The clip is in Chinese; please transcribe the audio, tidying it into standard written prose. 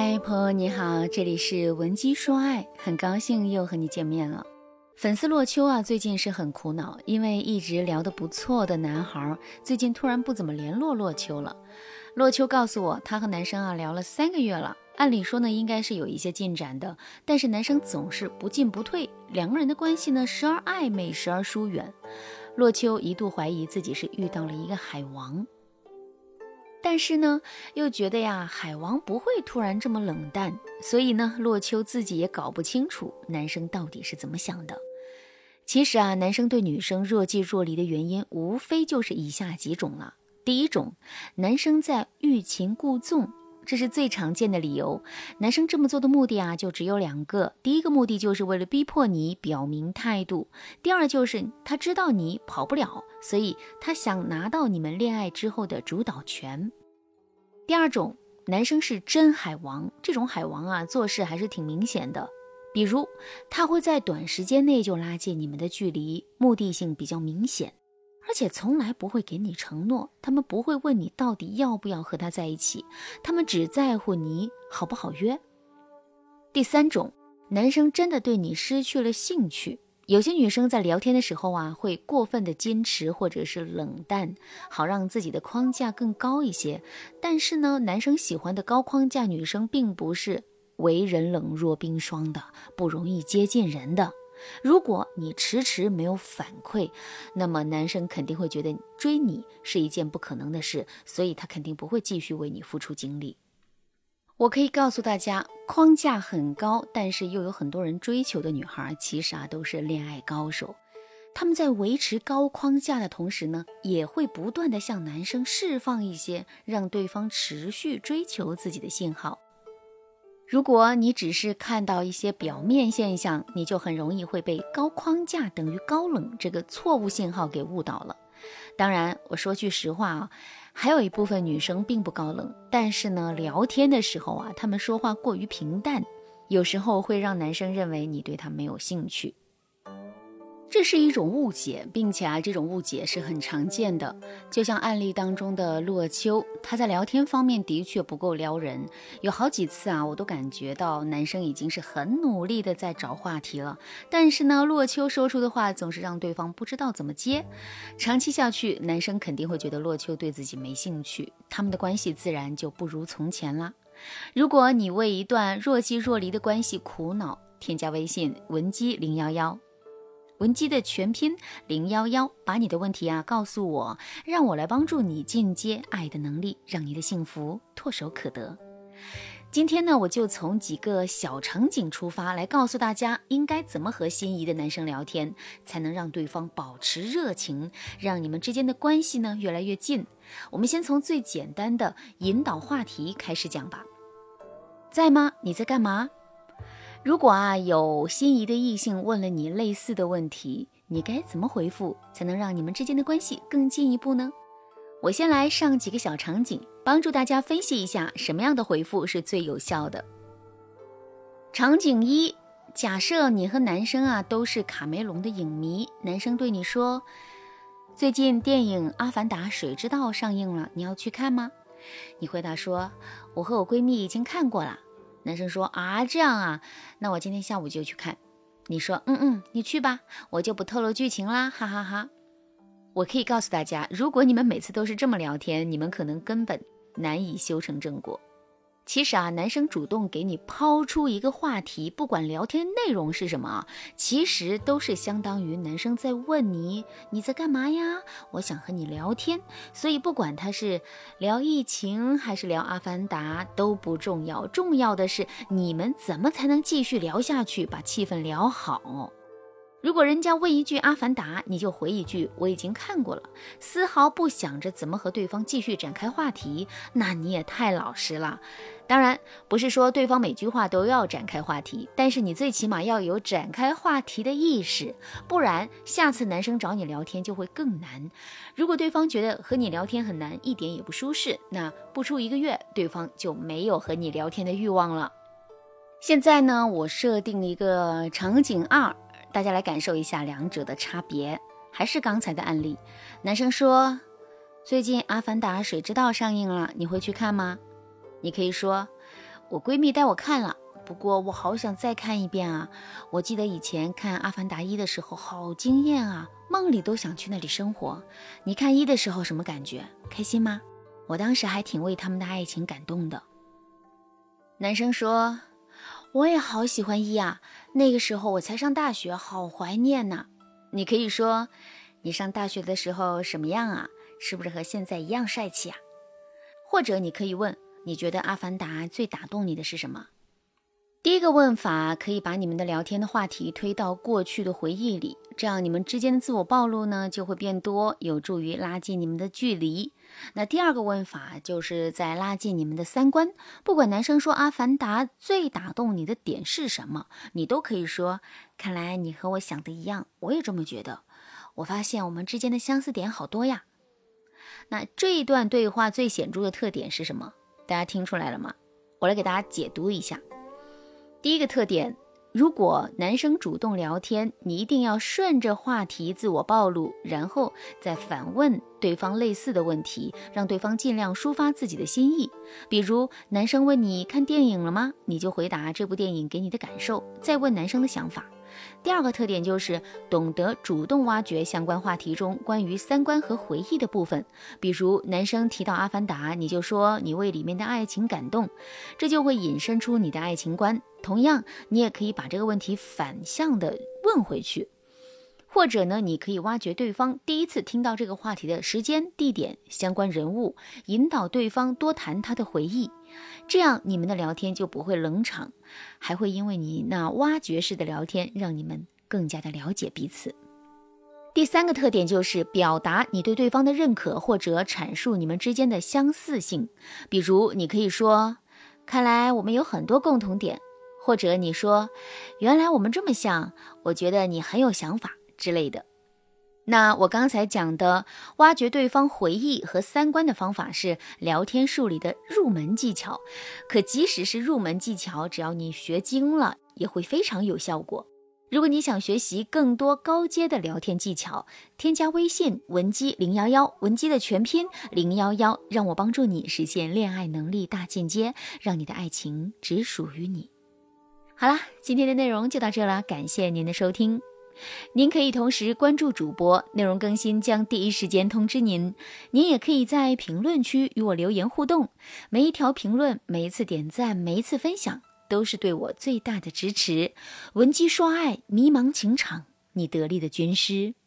嗨，朋友你好，这里是文姬说爱，很高兴又和你见面了。粉丝洛秋最近是很苦恼，因为一直聊得不错的男孩最近突然不怎么联络洛秋了。洛秋告诉我，他和男生聊了3个月了，按理说呢应该是有一些进展的，但是男生总是不进不退，两个人的关系呢时而暧昧，时而疏远。洛秋一度怀疑自己是遇到了一个海王，但是呢又觉得海王不会突然这么冷淡，所以呢洛秋自己也搞不清楚男生到底是怎么想的。其实男生对女生若即若离的原因无非就是以下几种了。第一种，男生在欲擒故纵，这是最常见的理由。男生这么做的目的就只有2个，第一个目的就是为了逼迫你表明态度，第二就是他知道你跑不了，所以他想拿到你们恋爱之后的主导权。第二种，男生是真海王，这种海王做事还是挺明显的，比如他会在短时间内就拉近你们的距离，目的性比较明显，而且从来不会给你承诺，他们不会问你到底要不要和他在一起，他们只在乎你好不好约。第三种，男生真的对你失去了兴趣，有些女生在聊天的时候会过分的矜持或者是冷淡，好让自己的框架更高一些。但是呢，男生喜欢的高框架女生并不是为人冷若冰霜的，不容易接近人的。如果你迟迟没有反馈，那么男生肯定会觉得追你是一件不可能的事，所以他肯定不会继续为你付出精力。我可以告诉大家，框架很高但是又有很多人追求的女孩，其实都是恋爱高手。他们在维持高框架的同时呢，也会不断的向男生释放一些让对方持续追求自己的信号。如果你只是看到一些表面现象，你就很容易会被高框架等于高冷这个错误信号给误导了。当然我说句实话还有一部分女生并不高冷，但是呢聊天的时候她们说话过于平淡，有时候会让男生认为你对他没有兴趣。这是一种误解，并且这种误解是很常见的。就像案例当中的洛秋，他在聊天方面的确不够撩人，有好几次我都感觉到男生已经是很努力的在找话题了，但是呢洛秋说出的话总是让对方不知道怎么接。长期下去，男生肯定会觉得洛秋对自己没兴趣，他们的关系自然就不如从前啦。如果你为一段若即若离的关系苦恼，添加微信文姬011，文姬的全拼011，把你的问题告诉我，让我来帮助你进阶爱的能力，让你的幸福唾手可得。今天呢，我就从几个小场景出发，来告诉大家应该怎么和心仪的男生聊天，才能让对方保持热情，让你们之间的关系呢越来越近。我们先从最简单的引导话题开始讲吧。在吗？你在干嘛？如果有心仪的异性问了你类似的问题，你该怎么回复才能让你们之间的关系更进一步呢？我先来上几个小场景，帮助大家分析一下什么样的回复是最有效的。场景1，假设你和男生都是卡梅隆的影迷，男生对你说，最近电影《阿凡达：水之道》上映了，你要去看吗？你回答说，我和我闺蜜已经看过了。男生说这样那我今天下午就去看。你说你去吧，我就不透露剧情啦，哈哈哈。我可以告诉大家，如果你们每次都是这么聊天，你们可能根本难以修成正果。其实男生主动给你抛出一个话题，不管聊天内容是什么其实都是相当于男生在问你在干嘛呀，我想和你聊天。所以不管他是聊疫情还是聊阿凡达都不重要，重要的是你们怎么才能继续聊下去，把气氛聊好。如果人家问一句阿凡达，你就回一句我已经看过了，丝毫不想着怎么和对方继续展开话题，那你也太老实了。当然不是说对方每句话都要展开话题，但是你最起码要有展开话题的意识，不然下次男生找你聊天就会更难。如果对方觉得和你聊天很难，一点也不舒适，那不出1个月，对方就没有和你聊天的欲望了。现在呢，我设定一个场景2，大家来感受一下两者的差别。还是刚才的案例，男生说，最近《阿凡达：水之道》上映了，你会去看吗？你可以说， 我闺蜜带我看了，不过我好想再看一遍啊！我记得以前看《阿凡达1》的时候好惊艳啊，梦里都想去那里生活。你看1的时候什么感觉？开心吗？我当时还挺为他们的爱情感动的。男生说，我也好喜欢1啊，那个时候我才上大学，好怀念呐。你可以说，你上大学的时候什么样啊？是不是和现在一样帅气啊？或者你可以问，你觉得阿凡达最打动你的是什么？第一个问法可以把你们的聊天的话题推到过去的回忆里，这样你们之间的自我暴露呢就会变多，有助于拉近你们的距离。那第二个问法就是在拉近你们的三观，不管男生说阿凡达最打动你的点是什么，你都可以说，看来你和我想的一样，我也这么觉得，我发现我们之间的相似点好多呀。那这一段对话最显著的特点是什么？大家听出来了吗？我来给大家解读一下。第一个特点，如果男生主动聊天，你一定要顺着话题自我暴露，然后再反问对方类似的问题，让对方尽量抒发自己的心意。比如男生问你看电影了吗？你就回答这部电影给你的感受，再问男生的想法。第二个特点就是懂得主动挖掘相关话题中关于三观和回忆的部分，比如男生提到阿凡达，你就说你为里面的爱情感动，这就会引申出你的爱情观。同样，你也可以把这个问题反向的问回去，或者呢，你可以挖掘对方第一次听到这个话题的时间、地点、相关人物，引导对方多谈他的回忆，这样你们的聊天就不会冷场，还会因为你那挖掘式的聊天，让你们更加的了解彼此。第三个特点就是表达你对对方的认可，或者阐述你们之间的相似性。比如你可以说，看来我们有很多共同点，或者你说，原来我们这么像，我觉得你很有想法之类的。那我刚才讲的挖掘对方回忆和三观的方法是聊天术里的入门技巧，可即使是入门技巧，只要你学精了，也会非常有效果。如果你想学习更多高阶的聊天技巧，添加微信文姬011，文姬的全拼011，让我帮助你实现恋爱能力大进阶，让你的爱情只属于你。好啦，今天的内容就到这了，感谢您的收听。您可以同时关注主播，内容更新将第一时间通知您。您也可以在评论区与我留言互动，每一条评论、每一次点赞、每一次分享，都是对我最大的支持。文姬说爱，迷茫情场，你得力的军师。